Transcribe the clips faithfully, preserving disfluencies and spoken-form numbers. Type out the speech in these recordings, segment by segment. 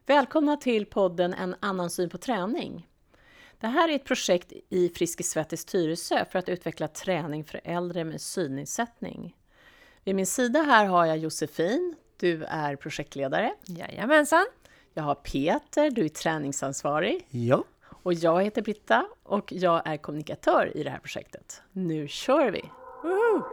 Välkomna till podden En annan syn på träning. Det här är ett projekt i Friskis Svettis Tyresö för att utveckla träning för äldre med synnedsättning. Vid min sida här har jag Josefin, du är projektledare. Jajamensan. Jag har Peter, du är träningsansvarig. Ja. Och jag heter Britta och jag är kommunikatör i det här projektet. Nu kör vi! Woho!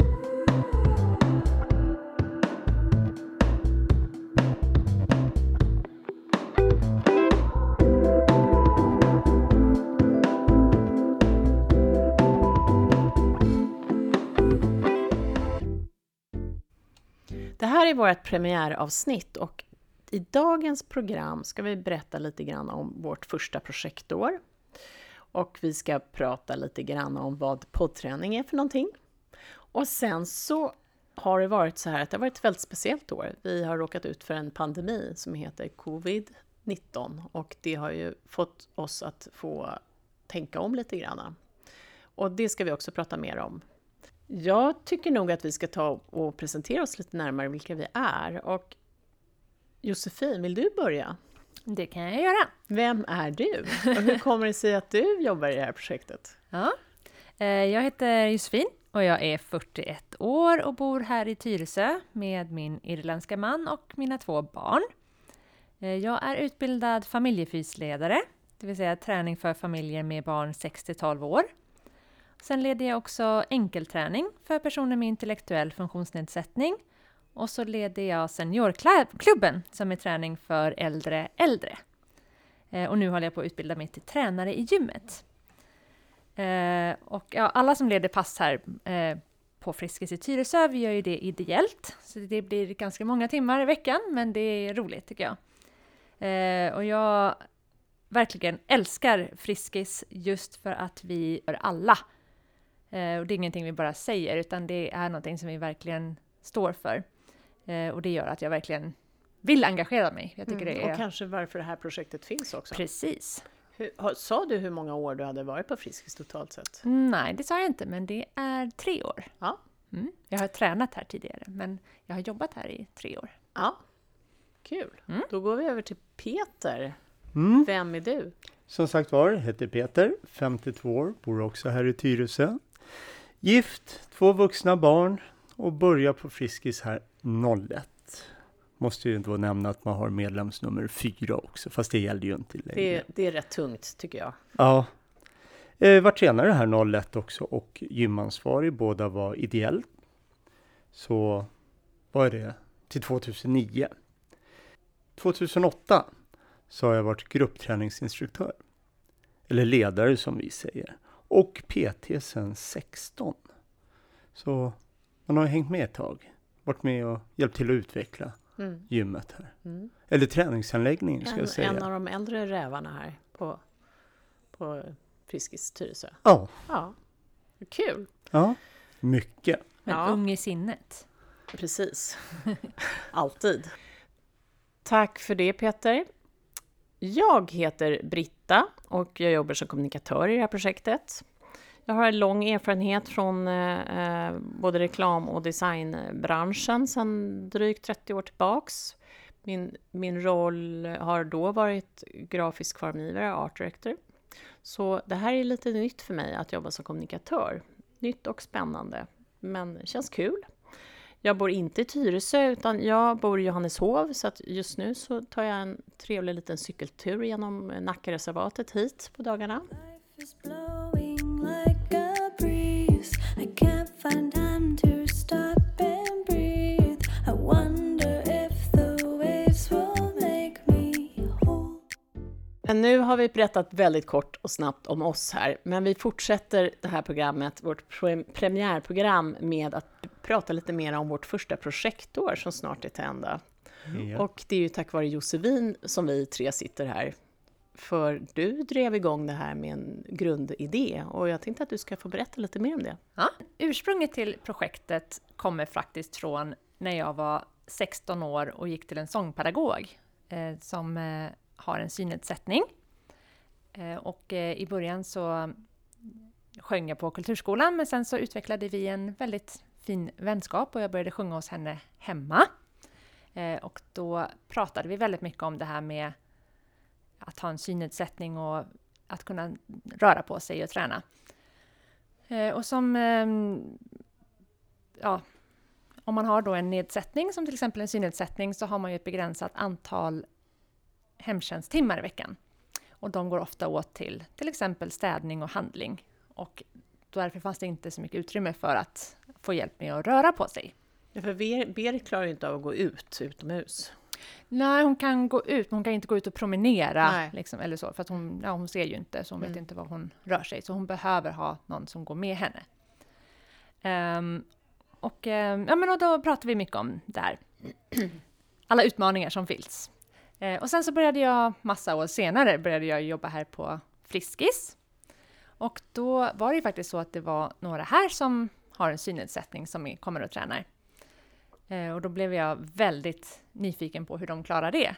Det här är vårt premiäravsnitt och i dagens program ska vi berätta lite grann om vårt första projektår. Och vi ska prata lite grann om vad poddträning är för någonting. Och sen så har det varit så här att det har varit ett väldigt speciellt år. Vi har råkat ut för en pandemi som heter covid nitton och det har ju fått oss att få tänka om lite grann. Och det ska vi också prata mer om. Jag tycker nog att vi ska ta och presentera oss lite närmare vilka vi är. Och Josefin, vill du börja? Det kan jag göra. Vem är du? Och hur kommer det sig att du jobbar i det här projektet? Ja. Jag heter Josefin och jag är fyrtioett år och bor här i Tyresö med min irländska man och mina två barn. Jag är utbildad familjefysledare, det vill säga träning för familjer med barn sex till tolv år. Sen leder jag också enkelträning för personer med intellektuell funktionsnedsättning. Och så leder jag seniorklubben som är träning för äldre äldre. Eh, och nu håller jag på att utbilda mig till tränare i gymmet. Eh, och ja, alla som leder pass här eh, på Friskis i Tyresö, vi gör ju det ideellt. Så det blir ganska många timmar i veckan, men det är roligt tycker jag. Eh, och jag verkligen älskar Friskis just för att vi gör alla. Eh, och det är ingenting vi bara säger, utan det är någonting som vi verkligen står för. Eh, och det gör att jag verkligen vill engagera mig. Jag tycker Mm, det är... Och kanske varför det här projektet finns också. Precis. Hur, har, sa du hur många år du hade varit på Friskis totalt sett? Nej, det sa jag inte, men det är tre år. Ja. Mm. Jag har tränat här tidigare, men jag har jobbat här i tre år. Ja, kul. Mm. Då går vi över till Peter. Mm. Vem är du? Som sagt var, heter Peter, femtiotvå år, bor också här i Tyresö. Gift, två vuxna barn och börjar på Friskis här noll ett. Måste ju då nämna att man har medlemsnummer fyra också, fast det gäller ju inte längre. Det, det är rätt tungt tycker jag. Ja. Eh, var tränare här noll ett också och gymansvarig. Båda var ideellt. Så vad är det? Till tvåtusenio. tvåtusenåtta så har jag varit gruppträningsinstruktör. Eller ledare som vi säger. Och P T sedan sexton. Så man har hängt med ett tag. Varit med och hjälpt till att utveckla mm. gymmet här. Mm. Eller träningsanläggningen ska en, jag säga. En av de äldre rävarna här på, på Friskis Tyresö. Ja. Ja, kul. Ja, mycket. Men ja. Ung i sinnet. Precis. Alltid. Tack för det Peter. Jag heter Britta och jag jobbar som kommunikatör i det här projektet. Jag har en lång erfarenhet från eh, både reklam- och designbranschen sedan drygt trettio år tillbaks. Min, min roll har då varit grafisk formgivare, art director. Så det här är lite nytt för mig att jobba som kommunikatör. Nytt och spännande, men känns kul. Jag bor inte i Tyresö utan jag bor i Johanneshov så att just nu så tar jag en trevlig liten cykeltur genom Nackareservatet hit på dagarna. Men nu har vi berättat väldigt kort och snabbt om oss här, men vi fortsätter det här programmet, vårt premiärprogram, med att prata lite mer om vårt första projektår som snart är till ända. Ja. Och det är ju tack vare Josefin som vi tre sitter här. För du drev igång det här med en grundidé och jag tänkte att du ska få berätta lite mer om det. Ja, ursprunget till projektet kommer faktiskt från när jag var sexton år och gick till en sångpedagog eh, som eh, har en synnedsättning. Eh, och eh, i början så sjöng jag på kulturskolan, men sen så utvecklade vi en väldigt fin vänskap och jag började sjunga hos henne hemma. Eh, och då pratade vi väldigt mycket om det här med att ha en synnedsättning och att kunna röra på sig och träna. Eh, och som, eh, ja, om man har då en nedsättning, som till exempel en synnedsättning, så har man ju ett begränsat antal hemtjänsttimmar i veckan. Och de går ofta åt till till exempel städning och handling. Och därför fanns det inte så mycket utrymme för att få hjälp med att röra på sig. Ja, för Ber- Berit klarar ju inte av att gå ut utomhus. Nej, hon kan gå ut, men hon kan inte gå ut och promenera. Nej. Liksom, eller så, för att hon, ja, hon ser ju inte, så hon Mm. vet inte var hon rör sig. Så hon behöver ha någon som går med henne. Um, och, um, ja, men och då pratar vi mycket om där. Alla utmaningar som finns. Uh, och sen så började jag, massa år senare, började jag jobba här på Friskis. Och då var det ju faktiskt så att det var några här som har en synnedsättning som är, kommer och tränar. Eh, och då blev jag väldigt nyfiken på hur de klarar det.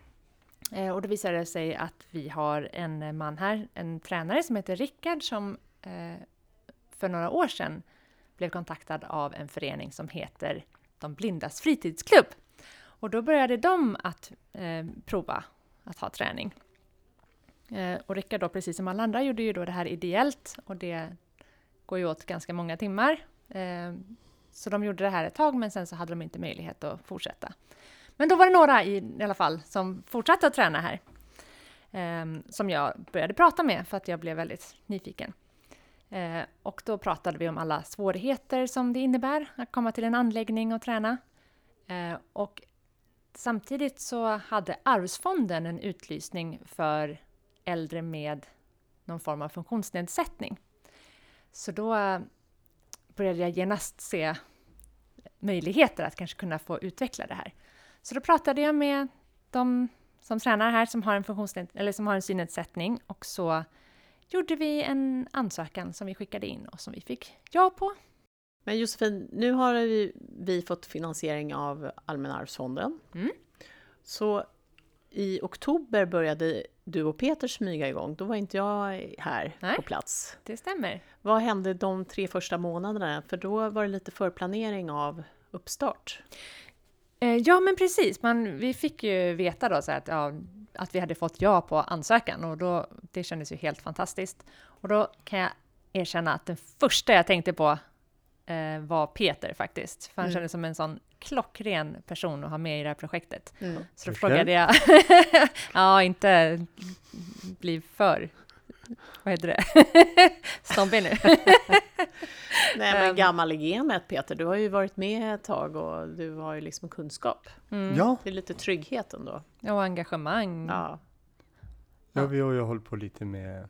Eh, och då visade det sig att vi har en man här, en tränare som heter Rickard, som eh, för några år sedan blev kontaktad av en förening som heter De blindas fritidsklubb. Och då började de att eh, prova att ha träning. Eh, och Rickard då, precis som alla andra, gjorde ju då det här ideellt, och det går ju åt ganska många timmar. Eh, så de gjorde det här ett tag, men sen så hade de inte möjlighet att fortsätta. Men då var det några i, i alla fall som fortsatte att träna här. Eh, som jag började prata med för att jag blev väldigt nyfiken. Eh, och då pratade vi om alla svårigheter som det innebär att komma till en anläggning och träna. Eh, och samtidigt så hade Arvsfonden en utlysning för äldre med någon form av funktionsnedsättning. Så då började jag genast se möjligheter att kanske kunna få utveckla det här. Så då pratade jag med de som tränar här som har en funktionsned- eller som har en synnedsättning, och så gjorde vi en ansökan som vi skickade in och som vi fick ja på. Men Josefin, nu har vi, vi fått finansiering av Allmänna arvsfonden. Mm. Så i oktober började du och Peter smyga igång. Då var inte jag här Nej. på plats. Det stämmer. Vad hände de tre första månaderna? För då var det lite förplanering av uppstart. Eh, ja, men precis. Man, vi fick ju veta då så att, ja, att vi hade fått ja på ansökan, och då, det kändes ju helt fantastiskt. Och då kan jag erkänna att den första jag tänkte på eh, var Peter faktiskt. För han Mm. kändes som en sån klockren person att ha med i det här projektet. Mm. Så då Tackar. frågade jag, ja, inte bli för, vad heter det, stompig nu. Nej, men Um, gammal i gamet, Peter. Du har ju varit med ett tag och du har ju liksom kunskap. Mm. Ja, Det är lite trygghet ändå. Och engagemang. Ja. ja, vi har ju hållit på lite med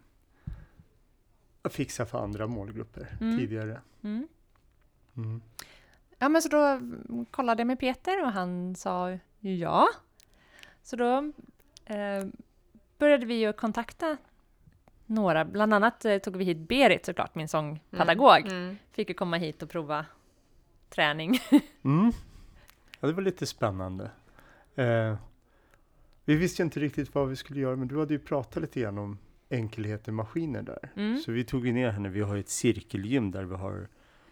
att fixa för andra målgrupper Mm. tidigare. Mm. Mm. Ja, men så då kollade jag med Peter och han sa ja. Så då eh, började vi ju kontakta några. Bland annat eh, tog vi hit Berit, såklart, min sångpedagog. Mm. Fick ju komma hit och prova träning. Mm. Ja, det var lite spännande. Eh, vi visste inte riktigt vad vi skulle göra, men du hade ju pratat lite grann om enkelheter maskiner där. Mm. Så vi tog ju ner henne. Vi har ett cirkelgym där vi har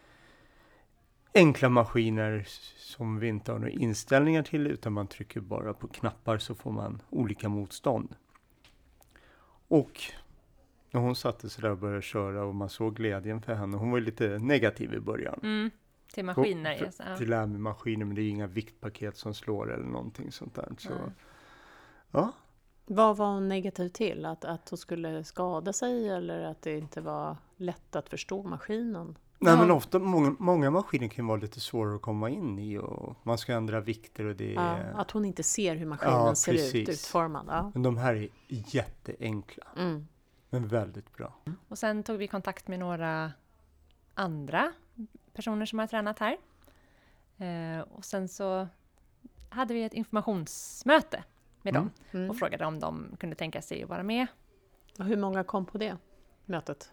enkla maskiner som vi inte har några inställningar till, utan man trycker bara på knappar så får man olika motstånd. Och när hon satte sig där och började köra och man såg glädjen för henne, hon var ju lite negativ i början. Mm. Till maskiner. Och för- yes, ja. Till det här med maskiner, men det är inga viktpaket som slår eller någonting sånt där. Så, Nej. ja. Vad var hon negativ till? Att, att hon skulle skada sig eller att det inte var lätt att förstå maskinen? Nej, Ja. men ofta, många, många maskiner kan vara lite svårare att komma in i och man ska ändra vikter och det Ja, är... att hon inte ser hur maskinen Ja, ser ut precis. utformad. Ja. Men de här är jätteenkla, Mm. men väldigt bra. Och sen tog vi kontakt med några andra personer som har tränat här. Eh, och sen så hade vi ett informationsmöte med Mm. dem Mm. och frågade om de kunde tänka sig att vara med. Och hur många kom på det mötet?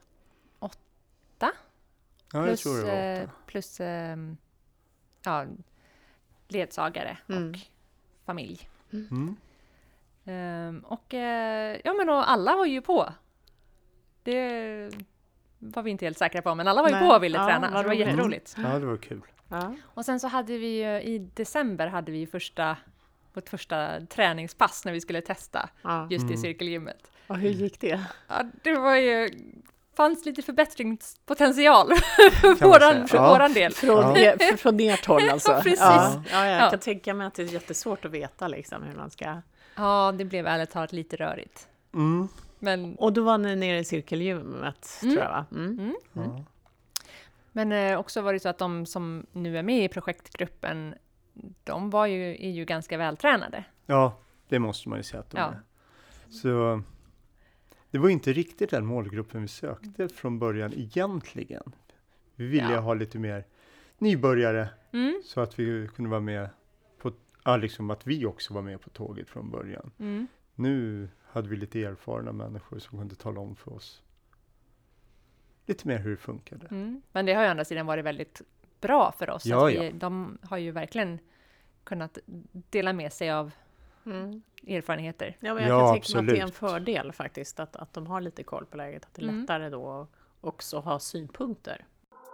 Ja, jag Plus, tror det var eh, åtta. plus ehm, ja, ledsagare Mm. och familj. Mm. Ehm, och eh, ja, men och alla var ju på. Det var vi inte helt säkra på, men alla var ju Nej. på och ville Ja, träna. Så vad det var roligt. jätteroligt. Ja, det var kul. Ja. Och sen så hade vi ju, i december hade vi ju första vårt första träningspass när vi skulle testa Ja. just Mm. i cirkelgymmet. Och hur gick det? Ja, det var ju, fanns lite förbättringspotential man för, våran, säga. för Ja. våran del. Från, Ja. ja. från ert håll alltså? Ja, precis. Ja, ja, jag Ja. kan tänka mig att det är jättesvårt att veta liksom hur man ska... Ja, det blev ärligt talat lite rörigt. Mm. Men, Och då var ni nere i cirkelgymmet, Mm. tror jag, va? Mm. mm, mm. Ja. Men eh, också var det så att de som nu är med i projektgruppen, de var ju, är ju ganska vältränade. ja, det måste man ju säga att de Ja. är. Så det var inte riktigt den målgruppen vi sökte från början egentligen. Vi ville Ja. ha lite mer nybörjare Mm, så att vi kunde vara med på, ja, liksom att vi också var med på tåget från början. mm. Nu hade vi lite erfarna människor som kunde tala om för oss lite mer hur det funkade. Mm. Men det har ju å andra sidan varit väldigt bra för oss. Ja, att vi, ja. De har ju verkligen kunnat dela med sig av Mm. erfarenheter. Ja, men jag Ja, kan tänka mig att det är en absolut. fördel faktiskt, att, att de har lite koll på läget, att det är Mm. lättare då att också ha synpunkter.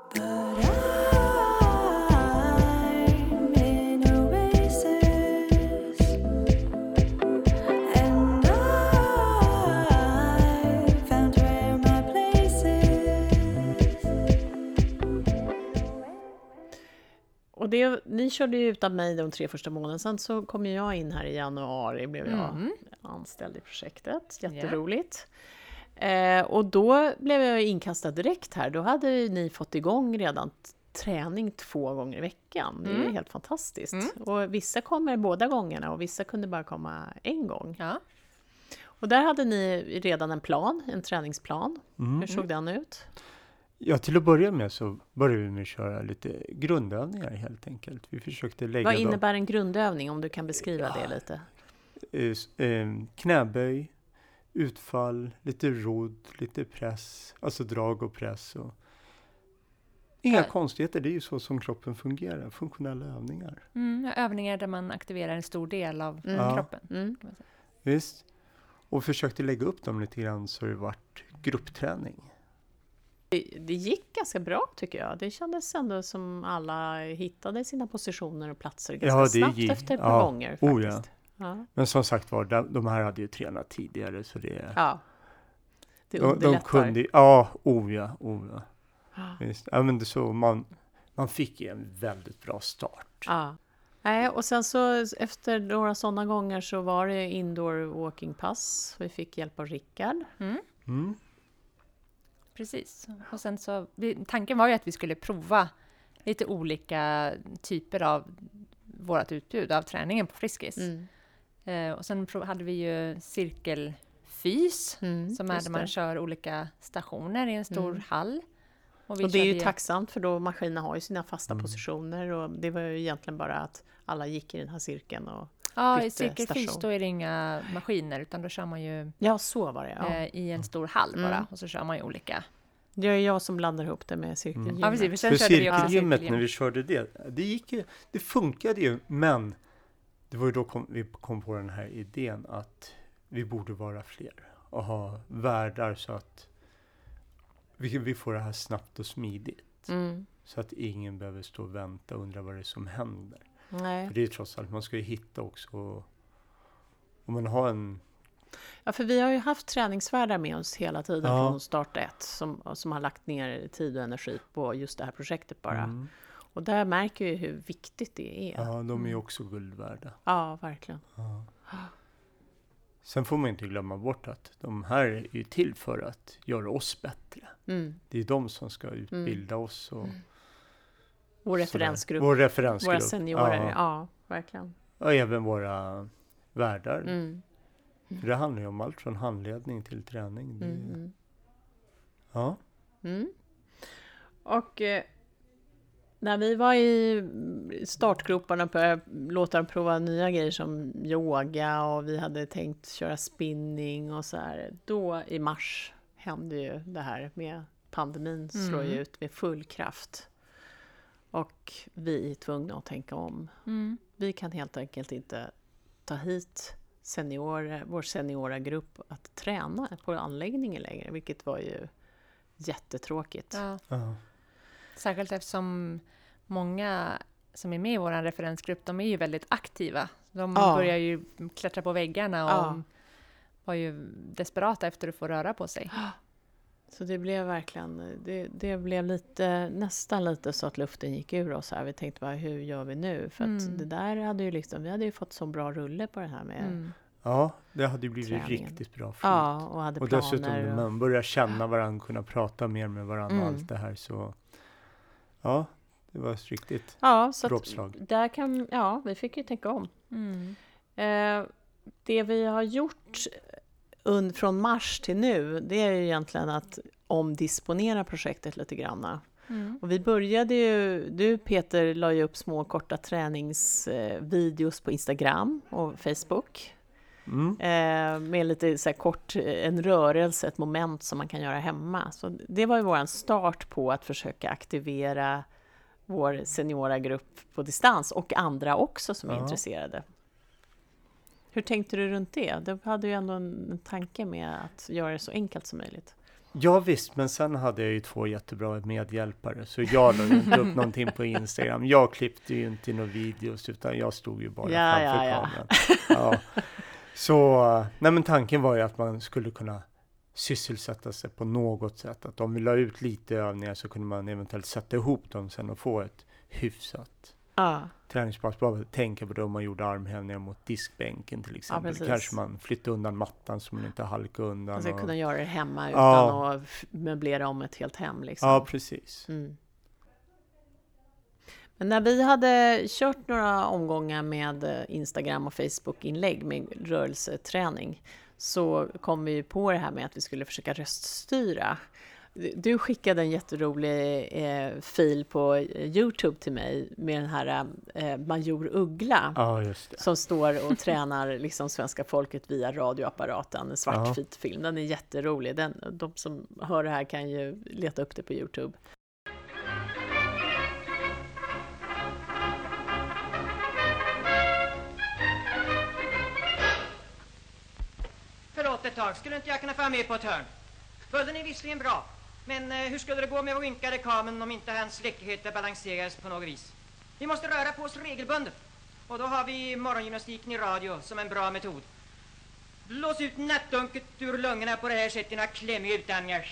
Och det, ni körde ju utan mig de tre första månaderna, sen så kom ju jag in här i januari, blev jag Mm. anställd i projektet, jätteroligt. Eh, och då blev jag inkastad direkt här, då hade ju ni fått igång redan t- träning två gånger i veckan, det är ju Mm. helt fantastiskt. Mm. Och vissa kommer båda gångerna och vissa kunde bara komma en gång. Ja. Och där hade ni redan en plan, en träningsplan. Mm. Hur såg den ut? Ja, till att börja med så började vi med att köra lite grundövningar helt enkelt. Vi försökte lägga Vad dem- innebär en grundövning, om du kan beskriva Ja. det lite? eh, s- eh, knäböj, utfall, lite rodd, lite press, alltså drag och press. Och inga Ja. konstigheter, det är ju så som kroppen fungerar, funktionella övningar. Mm, ja, övningar där man aktiverar en stor del av Mm. Ja. kroppen. Mm. kan man säga. Visst? Och försökte lägga upp dem lite grann så det vart gruppträning. Det- Det gick ganska bra tycker jag. Det kändes ändå som alla hittade sina positioner och platser ganska Ja, det snabbt gick- efter ett par ja. gånger faktiskt. Oh, ja. Ja. Men som sagt var, de, de här hade ju tränat tidigare så det... Ja. Det de, de underlättar. kunde, ja, oh ja, oh ja. Ja. Visst. Ja, men det så man, man fick ju en väldigt bra start. Ja. Nej, och sen så efter några sådana gånger så var det indoor walking-pass. Vi fick hjälp av Rickard. Mm. Mm. Precis. Och sen så, vi, tanken var ju att vi skulle prova lite olika typer av vårt utbud av träningen på Friskis. Mm. Eh, och sen prov, hade vi ju cirkelfys, Mm, som är just där man det. kör olika stationer i en stor Mm. hall. vi Och det är ju körde tacksamt för då maskinerna har ju sina fasta Mm. positioner och det var ju egentligen bara att alla gick i den här cirkeln. Och... Ja, i bytte cirkelfys station. då är det inga maskiner utan då kör man ju Ja, så var det. Ja. eh, i en stor hall bara Mm. och så kör man ju olika. Det är jag som blandar ihop det med cirkelgymmet. Ja, precis. För sen För körde vi också cirkelgymmet, cirkelgym. när vi körde det, det gick ju, det funkade ju, men det var ju då kom, vi kom på den här idén att vi borde vara fler och ha värdar så att vi, vi får det här snabbt och smidigt. Mm. Så att ingen behöver stå och vänta och undra vad det är som händer. Nej. För det är trots allt, man ska ju hitta också, om man har en, Ja, för vi har ju haft träningsvärdar med oss hela tiden Ja. från start ett som, som har lagt ner tid och energi på just det här projektet bara. mm, Och där märker vi hur viktigt det är. Ja, ja, de är ju också guld värda. verkligen. Ja. Sen får man inte glömma bort att de här är ju till för att göra oss bättre. Mm. Det är de som ska utbilda oss. Och Vår sådär. referensgrupp, Vår referensgrupp. våra seniorer. Ja, Ja. verkligen. Och även våra värdar. Mm. För det handlar ju om allt från handledning till träning. Det, Mm. Mm. Ja. Mm. Och eh, när vi var i startgroparna på att låta dem prova nya grejer som yoga och vi hade tänkt köra spinning och så här, då i mars hände ju det här med pandemin slår ju Mm. ut med full kraft. Och vi är tvungna att tänka om. Mm. Vi kan helt enkelt inte ta hit seniorer, vår seniora grupp att träna på anläggningen längre, vilket var ju jättetråkigt. Ja. Ja. Särskilt eftersom många som är med i vår referensgrupp, de är ju väldigt aktiva. De Ja. började ju klättra på väggarna och Ja. var ju desperata efter att få röra på sig. Så det blev verkligen, det, det blev lite, nästan lite så att luften gick ur oss här. Vi tänkte bara, hur gör vi nu? För att Mm. det där hade ju liksom, vi hade ju fått så bra rulle på det här med, Mm. Ja, det hade ju blivit Träningen. riktigt bra flyt. ja, och hade Och planer. dessutom när och, man börjar känna varandra, kunna prata mer med varandra och Mm. allt det här så ja, det var ett riktigt ja, så att dråpslag. där kan, ja, vi fick ju tänka om. Mm. Eh, det vi har gjort und- från mars till nu, det är ju egentligen att omdisponera projektet lite granna. Mm. Och vi började ju, du Peter la ju upp små korta träningsvideos på Instagram och Facebook. Mm. Eh, med lite så här kort, en rörelse, ett moment som man kan göra hemma. Så det var ju vår start på att försöka aktivera vår seniora grupp på distans och andra också som är Ja. intresserade. Hur tänkte du runt det? Du hade ju ändå en, en tanke med att göra det så enkelt som möjligt. Ja visst, men sen hade jag ju två jättebra medhjälpare så jag la ju inte upp någonting på Instagram. Jag klippte ju inte några videos utan jag stod ju bara Ja, framför ja, ja. kameran. Ja. Så, nej men tanken var ju att man skulle kunna sysselsätta sig på något sätt. Att om vi la ut lite övningar så kunde man eventuellt sätta ihop dem sen och få ett hyfsat Ja, träningspass. Bara tänka på det om man gjorde armhävningar mot diskbänken till exempel. precis. Kanske man flyttade undan mattan så man inte halkar undan. man ska och... kunna göra det hemma utan Ja. att f- möblera om ett helt hem. Liksom. Ja, precis. Mm. Men när vi hade kört några omgångar med eh, Instagram och Facebook-inlägg med rörelseträning så kom vi ju på det här med att vi skulle försöka röststyra. Du skickade en jätterolig eh, fil på YouTube till mig med den här eh, Major Uggla Ja, just det. som står och tränar liksom svenska folket via radioapparaten, en svartvit film. Den är jätterolig. Den, de som hör det här kan ju leta upp det på YouTube. Förlåt ett tag, skulle inte jag kunna få med på ett hörn? Bullen är visserligen bra, men eh, hur skulle det gå med vår ynkade kamen om inte hans läckerheter balanserades på något vis? Vi måste röra på oss regelbundet, och då har vi morgongymnastiken i radio som en bra metod. Blås ut nattdunket ur lungorna på det här sättet, några klämmiga utandningar.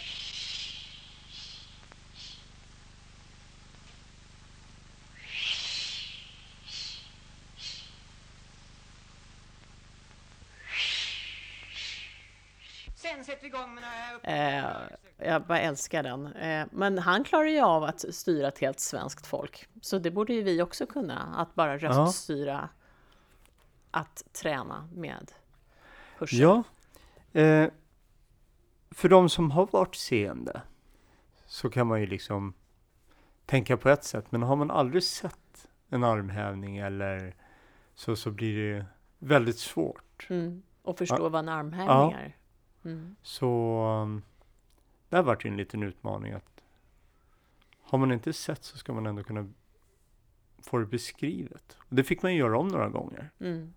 Sen sätter vi igång med några upp... Eh, jag bara älskar den. Eh, men han klarar ju av att styra ett helt svenskt folk. Så det borde ju vi också kunna. Att bara röststyra att träna med hörsel. Ja, eh, för de som har varit seende så kan man ju liksom tänka på ett sätt. Men har man aldrig sett en armhävning eller så, så blir det ju väldigt svårt. Mm. Och förstå Ja. vad en armhävning är. Mm. Så um, det har varit en liten utmaning att har man inte sett så ska man ändå kunna få det beskrivet. Och det fick man ju göra om några gånger. Mm.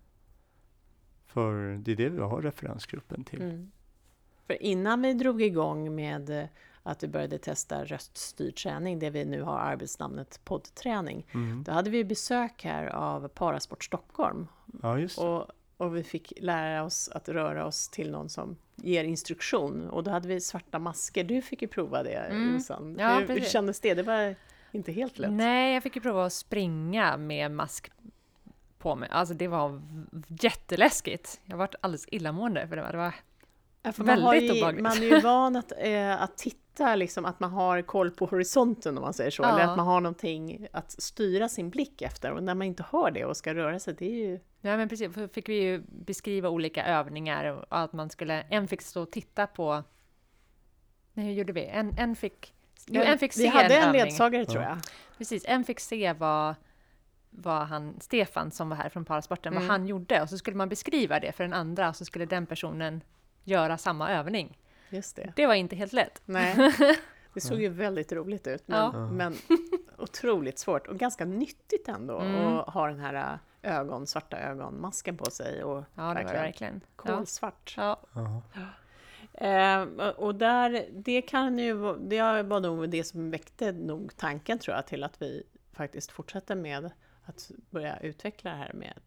För det är det vi har referensgruppen till. Mm. För innan vi drog igång med eh, att vi började testa röststyrd träning, det vi nu har arbetsnamnet poddträning, Mm. då hade vi besök här av Parasport Stockholm. Ja, just det. Och, och vi fick lära oss att röra oss till någon som ger instruktion. Och då hade vi svarta masker. Du fick ju prova det, Mm. Jossan. Ja, hur, hur precis. kändes det? Det var inte helt lätt. Nej, jag fick ju prova att springa med mask på mig. Alltså det var v- jätteläskigt. Jag var alldeles illamående för det var, det var Ja, för man, har väldigt ju, obehagligt. man är ju van att, eh, att titta, liksom, att man har koll på horisonten om man säger så. Ja. Eller att man har någonting att styra sin blick efter. Och när man inte har det och ska röra sig, det är ju... Ja, men precis. För fick vi ju beskriva olika övningar och att man skulle, en fick stå och titta på, nej hur gjorde vi? En, en fick, jo, en fick se vi hade en, övning. ledsagare tror Ja. jag. Precis, en fick se vad, vad han, Stefan som var här från Parasporten, Mm. vad han gjorde och så skulle man beskriva det för den andra och så skulle den personen göra samma övning. Just det. Det var inte helt lätt. Nej, det såg ju väldigt roligt ut, men, Ja. men otroligt svårt och ganska nyttigt ändå Mm. att ha den här ögon, svarta ögonmasken på sig och Ja, det var det verkligen verkligen. Ja. kolsvart. Ja. Ja. Eh, och där, det kan ju, vara- det var nog det som väckte nog tanken tror jag till att vi faktiskt fortsätter med att börja utveckla det här med tank,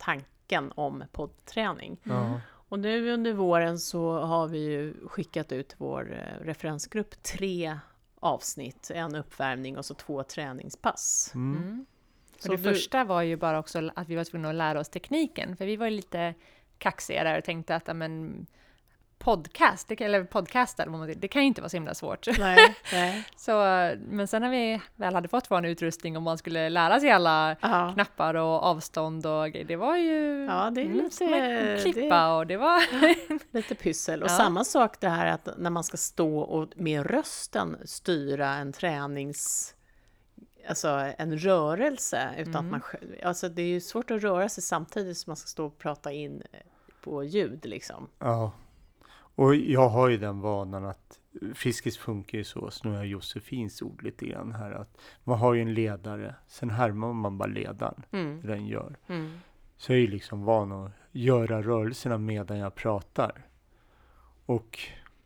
veckan om poddträning. Ja. Och nu under våren så har vi ju skickat ut vår eh, referensgrupp tre avsnitt, en uppvärmning och så två träningspass. Mm. Mm. Så Och det du- första var ju bara också att vi var tvungna att lära oss tekniken. För vi var ju lite kaxiga där och tänkte att amen, podcast, det, kan- eller podcastar, det kan ju inte vara så himla svårt. Nej, nej. Så, men sen när vi väl hade fått vår utrustning och man skulle lära sig alla Ja. knappar och avstånd och grejer, det var ju Ja, det är mm, lite- som en klippa det- och det var... Lite pyssel. Och Ja. samma sak det här att när man ska stå och med rösten styra en tränings... Alltså en rörelse utan Mm. att man själv... Alltså det är ju svårt att röra sig samtidigt som man ska stå och prata in på ljud liksom. Ja. Och jag har ju den vanan att Friskis funkar ju så, så nu har jag Josefins ord lite grann här, att man har ju en ledare, sen härmar man bara ledaren, Mm. det den gör. Mm. Så jag är ju liksom van att göra rörelserna medan jag pratar. Och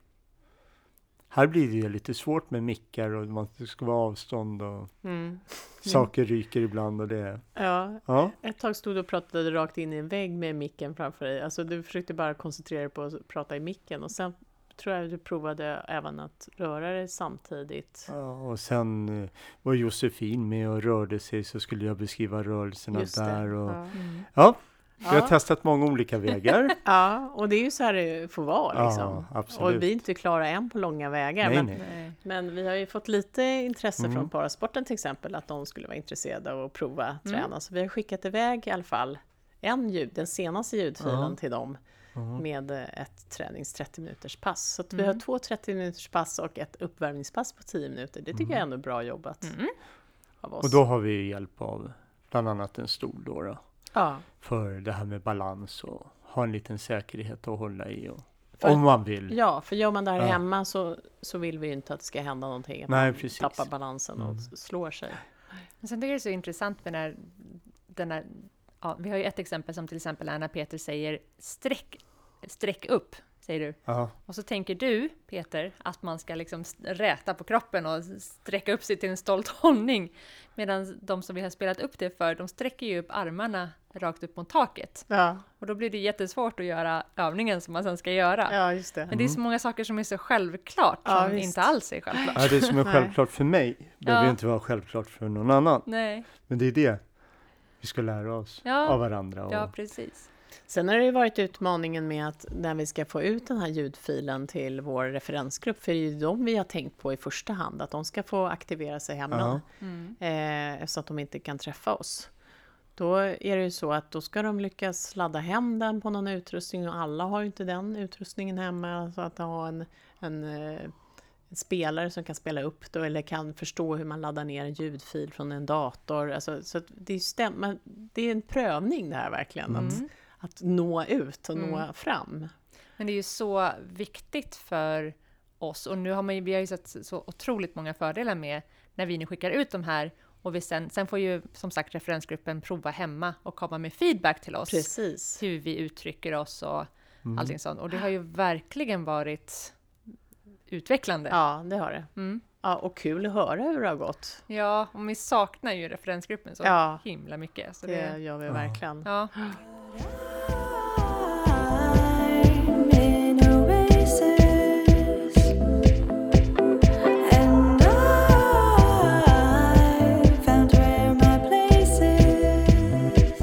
här blir det ju lite svårt med mickar och man det ska vara avstånd och Mm. saker ryker ibland och det. Ja, Ja, ett tag stod du och pratade rakt in i en vägg med micken framför dig. Alltså du försökte bara koncentrera dig på att prata i micken och sen tror jag du provade även att röra dig samtidigt. ja, och sen eh, var Josefin med och rörde sig, så skulle jag beskriva rörelserna Just det. där. Och, Ja. Mm. ja, vi har Ja. testat många olika vägar. Ja, och det är ju så här det får vara liksom. Ja, absolut. Och vi är inte klara än på långa vägar. Nej, men, nej. Nej. men vi har ju fått lite intresse Mm. från Parasporten till exempel, att de skulle vara intresserade av att prova Mm. träna. Så vi har skickat iväg i alla fall en ljud, den senaste ljudfilen Ja. till dem Ja. med eh, ett tränings trettio minuters pass. Så att vi Mm. har två trettio minuters pass och ett uppvärmningspass på tio minuter. Det tycker jag är ändå bra jobbat Mm. av oss. Och då har vi hjälp av bland annat en stol då, då ja, för det här med balans och ha en liten säkerhet att hålla i och, För- om man vill. ja, för gör man det här Ja. hemma så, så vill vi ju inte att det ska hända någonting. Att Nej, man precis. tappar balansen och Mm. slår sig. Men sen tycker jag det är så intressant med den här, den här ja, vi har ju ett exempel som till exempel när Peter säger sträck, sträck upp, säger du. Ja, Och så tänker du, Peter, att man ska liksom räta på kroppen och sträcka upp sig till en stolt hållning. Medan de som vi har spelat upp det för, de sträcker ju upp armarna rakt upp mot taket. Ja, Och då blir det jättesvårt att göra övningen som man sen ska göra. ja just det. Men det är så många saker som är så självklart Ja, som visst. inte alls är självklart. ja, det som är Nej. självklart för mig behöver Ja. ju inte vara självklart för någon annan. Nej, Men det är det vi ska lära oss Ja. av varandra. Och, ja precis. Sen har det ju varit utmaningen med att när vi ska få ut den här ljudfilen till vår referensgrupp, för det är ju de vi har tänkt på i första hand, att de ska få aktivera sig hemma, Ja. Mm. eh, så att de inte kan träffa oss. Då är det ju så att då ska de lyckas ladda hem den på någon utrustning, och alla har ju inte den utrustningen hemma, så att ha en, en, eh, en spelare som kan spela upp det, eller kan förstå hur man laddar ner en ljudfil från en dator. Alltså, så att det, är stäm- det är en prövning det här verkligen, att, Mm. att nå ut och nå Mm. fram. Men det är ju så viktigt för oss, och nu har man ju, vi har ju sett så otroligt många fördelar med när vi nu skickar ut de här, och vi sen, sen får ju som sagt referensgruppen prova hemma och komma med feedback till oss. Precis. Hur vi uttrycker oss och Mm. allting sånt. Och det har ju verkligen varit utvecklande. Ja, det har det. Mm. Ja, och kul att höra hur det har gått. Ja, och vi saknar ju referensgruppen så Ja. himla mycket. Så Det det, gör vi Ja. verkligen. ja. I'm in oasis, and I found where my place is.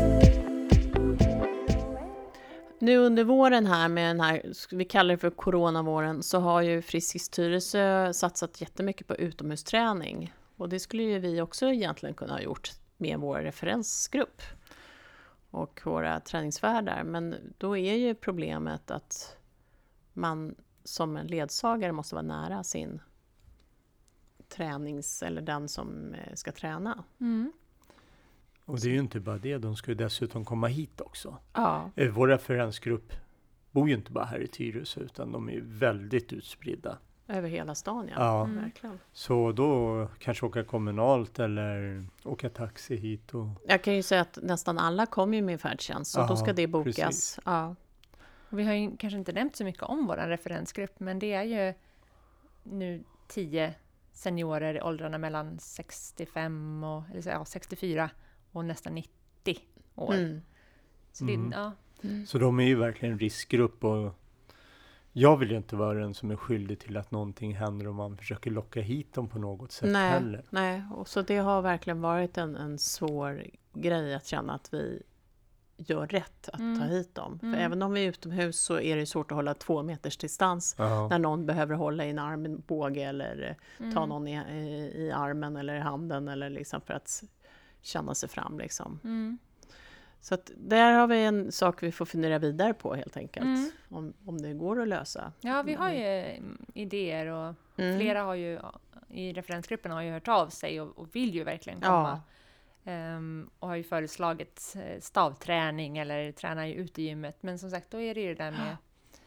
Nu under våren här med den här, vi kallar det för coronavåren, så har ju Friskis Tyresö satsat jättemycket på utomhusträning. Och det skulle ju vi också egentligen kunna ha gjort med vår referensgrupp och våra träningsvärdar. Men då är ju problemet att man som en ledsagare måste vara nära sin tränings, eller den som eh, ska träna. Mm. Och det är ju inte bara det, de ska ju dessutom komma hit också. Ja, Eh, Vår referensgrupp bor ju inte bara här i Tyresö, utan de är ju väldigt utspridda. över hela stan, ja. Ja. Mm. Verkligen. Så då kanske åka kommunalt eller åka taxi hit. Och, Jag kan ju säga att nästan alla kommer ju med färdtjänst, så Ja, då ska det bokas. precis. Ja. Och vi har ju kanske inte nämnt så mycket om vår referensgrupp, men det är ju nu tio seniorer i åldrarna mellan sextiofem och eller så, ja, sextiofyra och nästan nittio år. Mm. Så det, Mm. ja. Så de är ju verkligen en riskgrupp och jag vill ju inte vara den som är skyldig till att någonting händer om man försöker locka hit dem på något sätt Nej, heller. nej. Och så det har verkligen varit en, en svår grej att känna att vi gör rätt att Mm. ta hit dem. Mm. För även om vi är utomhus så är det svårt att hålla två meters distans Ja. när någon behöver hålla i en armbåge eller Mm. ta någon i, i, i armen eller i handen eller liksom för att känna sig fram. Liksom. Mm. Så att där har vi en sak vi får fundera vidare på helt enkelt. Mm. Om, om det går att lösa. Ja, vi har ju mm, idéer och Mm. flera har ju i referensgruppen har ju hört av sig och, och vill ju verkligen komma. Ehm, och har ju föreslagit eh, stavträning eller träna ute i gymmet. Men som sagt, då är det ju det där med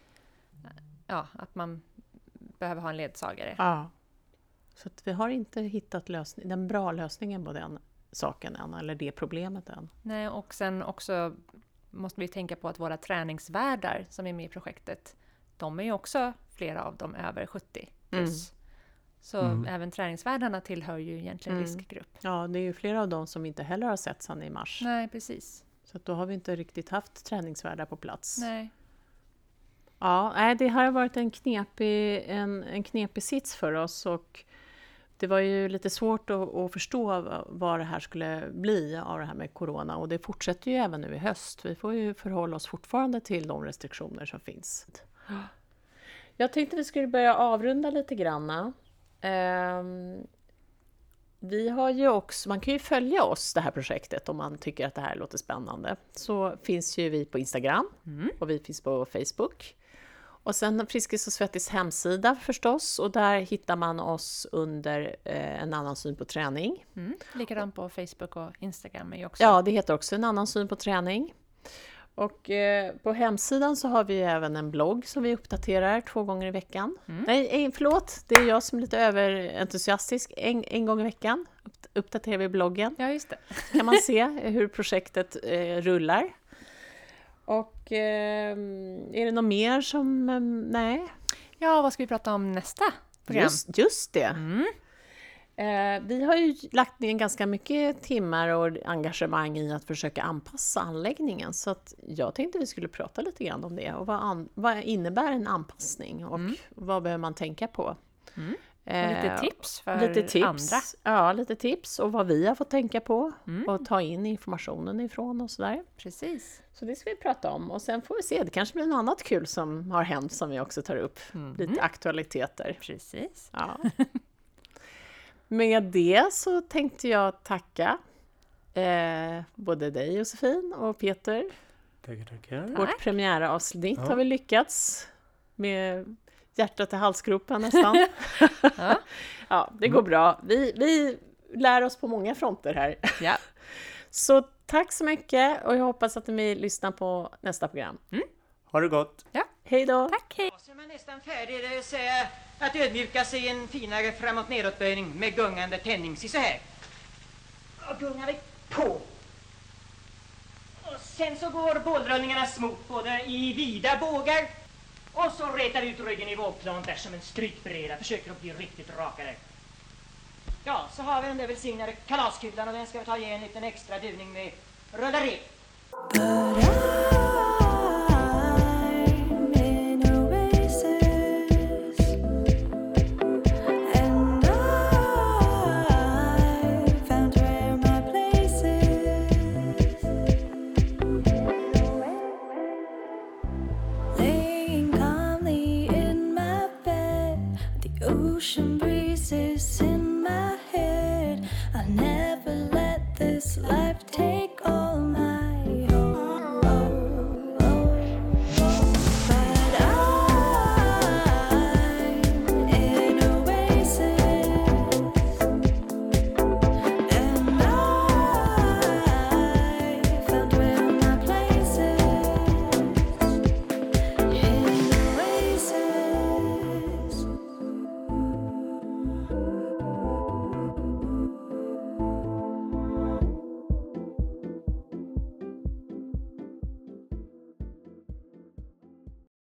ja, att man behöver ha en ledsagare. Ja. Så att vi har inte hittat lösning, den bra lösningen på den saken än, eller det problemet än. Nej, och sen också måste vi tänka på att våra träningsvärdar som är med i projektet, de är ju också flera av dem över sjuttio plus. Så Mm. även träningsvärdarna tillhör ju egentligen Mm. riskgrupp. Ja, det är ju flera av dem som inte heller har sett sedan i mars. Nej, precis. Så att då har vi inte riktigt haft träningsvärdar på plats. Nej. Ja, nej, det har varit en knepig, en, en knepig sits för oss och det var ju lite svårt att, att förstå vad det här skulle bli av det här med corona och det fortsätter ju även nu i höst. Vi får ju förhålla oss fortfarande till de restriktioner som finns. Jag tänkte vi skulle börja avrunda lite granna. Ehm, vi har ju också, man kan ju följa oss det här projektet om man tycker att det här låter spännande. Så finns ju vi på Instagram Mm. och vi finns på Facebook. Och sen Friskis och Svettis hemsida förstås och där hittar man oss under eh, en annan syn på träning. Mm. Likadant på Facebook och Instagram är ju också. Ja, det heter också en annan syn på träning. Och eh, på hemsidan så har vi även en blogg som vi uppdaterar två gånger i veckan. Mm. Nej, eh, förlåt, det är jag som är lite överentusiastisk. En, en gång i veckan upp, uppdaterar vi bloggen. Ja, just det. Kan man se hur projektet eh, rullar. Och eh, är det något mer som... Eh, nej, Ja, vad ska vi prata om nästa program? just, just det. Mm. Eh, vi har ju lagt ner ganska mycket timmar och engagemang i att försöka anpassa anläggningen. Så att jag tänkte vi skulle prata lite grann om det. Och vad, an, vad innebär en anpassning och Mm. vad behöver man tänka på? Mm. Och Eh, lite tips för lite tips. andra. Ja, lite tips och vad vi har fått tänka på Mm. och ta in informationen ifrån och sådär. Precis. Så det ska vi prata om och sen får vi se, det kanske blir något annat kul som har hänt som vi också tar upp. Mm. Lite aktualiteter. Precis. Ja. Med det så tänkte jag tacka eh, både dig Josefin och Peter. Tackar, tackar. Tack. Vårt premiäravsnitt Ja. har vi lyckats med hjärtat i halsgropen nästan. Ja. Ja, det går bra. Vi, vi lär oss på många fronter här. Ja. Så tack så mycket och jag hoppas att ni lyssnar på nästa program. Ha det gott! Hej då! Tack, hej. Så är man nästan färdig, det vill säga att ödmjuka sig i en finare framåt nedåtböjning med gungande tändning. Se så här. Och gungar vi på. Och sen så går bålrullningarna smort både i vida bågar och så retar vi ut ryggen i vågplan där som en strykbreda. Försöker att bli riktigt rakare. Ja, så har vi den där välsignade kalaskulan och den ska vi ta igen en liten extra duvning med rullare. But I'm in oasis, and I found where my place is. Laying calmly in my bed, the ocean breeze is